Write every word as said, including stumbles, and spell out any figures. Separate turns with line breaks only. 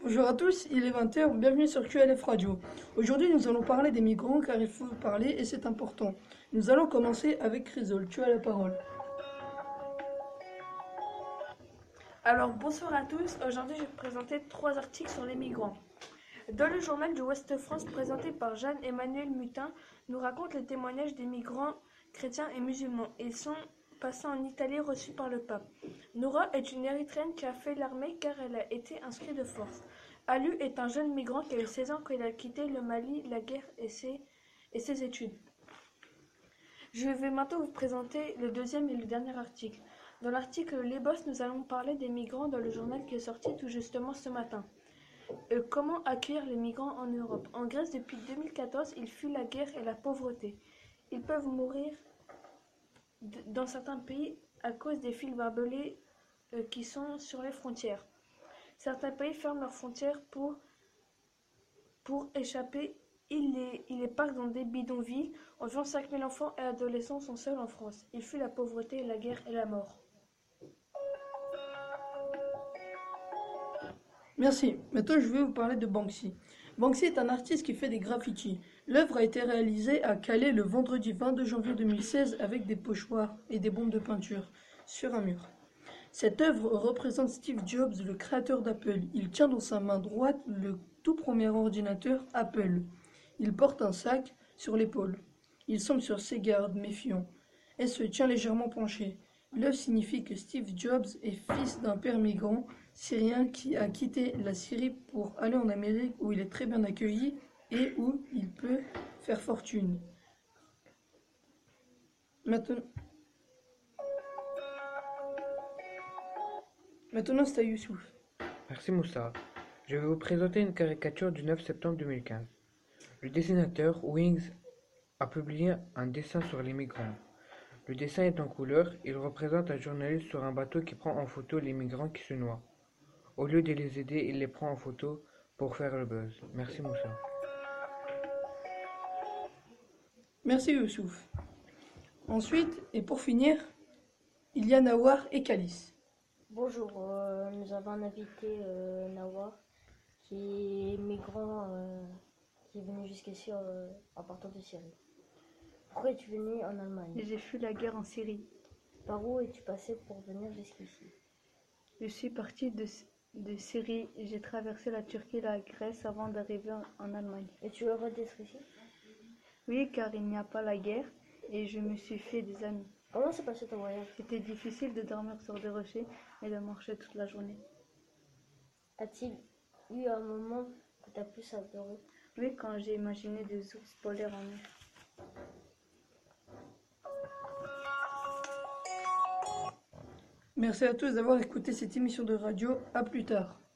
Bonjour à tous, il est vingt heures, bienvenue sur Q L F Radio. Aujourd'hui nous allons parler des migrants car il faut parler et c'est important. Nous allons commencer avec Chrysol, tu as la parole.
Alors bonsoir à tous, aujourd'hui je vais vous présenter trois articles sur les migrants. Dans le journal du Ouest France présenté par Jeanne-Emmanuel Mutin, nous raconte les témoignages des migrants chrétiens et musulmans. Ils sont passés en Italie reçus par le pape. Noura est une Érythréenne qui a fait l'armée car elle a été inscrite de force. Alu est un jeune migrant qui a eu seize ans quand il a quitté le Mali, la guerre et ses, et ses études. Je vais maintenant vous présenter le deuxième et le dernier article. Dans l'article Les Boss, nous allons parler des migrants dans le journal qui est sorti tout justement ce matin. Euh, comment accueillir les migrants en Europe? En Grèce, depuis deux mille quatorze, ils fuient la guerre et la pauvreté. Ils peuvent mourir dans certains pays à cause des fils barbelés euh, qui sont sur les frontières. Certains pays ferment leurs frontières pour, pour échapper. Ils les, ils les parquent dans des bidonvilles. Environ cinq mille enfants et adolescents sont seuls en France. Ils fuient la pauvreté, la guerre et la mort.
Merci, maintenant je vais vous parler de Banksy. Banksy est un artiste qui fait des graffitis. L'œuvre a été réalisée à Calais le vendredi vingt-deux janvier deux mille seize avec des pochoirs et des bombes de peinture sur un mur. Cette œuvre représente Steve Jobs, le créateur d'Apple. Il tient dans sa main droite le tout premier ordinateur Apple. Il porte un sac sur l'épaule. Il semble sur ses gardes, méfiant, et se tient légèrement penché. L'œuvre signifie que Steve Jobs est fils d'un père migrant syrien qui a quitté la Syrie pour aller en Amérique où il est très bien accueilli et où il peut faire fortune. Maintenant, Maintenant c'est à Youssouf.
Merci Moussa. Je vais vous présenter une caricature du neuf septembre deux mille quinze. Le dessinateur Wings a publié un dessin sur les migrants. Le dessin est en couleur, il représente un journaliste sur un bateau qui prend en photo les migrants qui se noient. Au lieu de les aider, il les prend en photo pour faire le buzz. Merci Moussa.
Merci Youssouf. Ensuite, et pour finir, il y a Nawar et Kalis.
Bonjour, euh, nous avons un invité, euh, Nawar, qui est migrant, euh, qui est venu jusqu'ici euh, en partant de Syrie. Pourquoi es-tu venu en Allemagne?
J'ai fui la guerre en Syrie.
Par où es-tu passé pour venir jusqu'ici?
Je suis partie de, de Syrie et j'ai traversé la Turquie et la Grèce avant d'arriver en, en Allemagne.
Es-tu heureux d'être ici?
Oui, car il n'y a pas la guerre et je me suis fait des amis.
Comment s'est passé ton voyage?
C'était difficile de dormir sur des rochers et de marcher toute la journée.
A-t-il eu un moment que tu as plus adoré?
Oui, quand j'ai imaginé des ours polaires en mer.
Merci à tous d'avoir écouté cette émission de radio. À plus tard.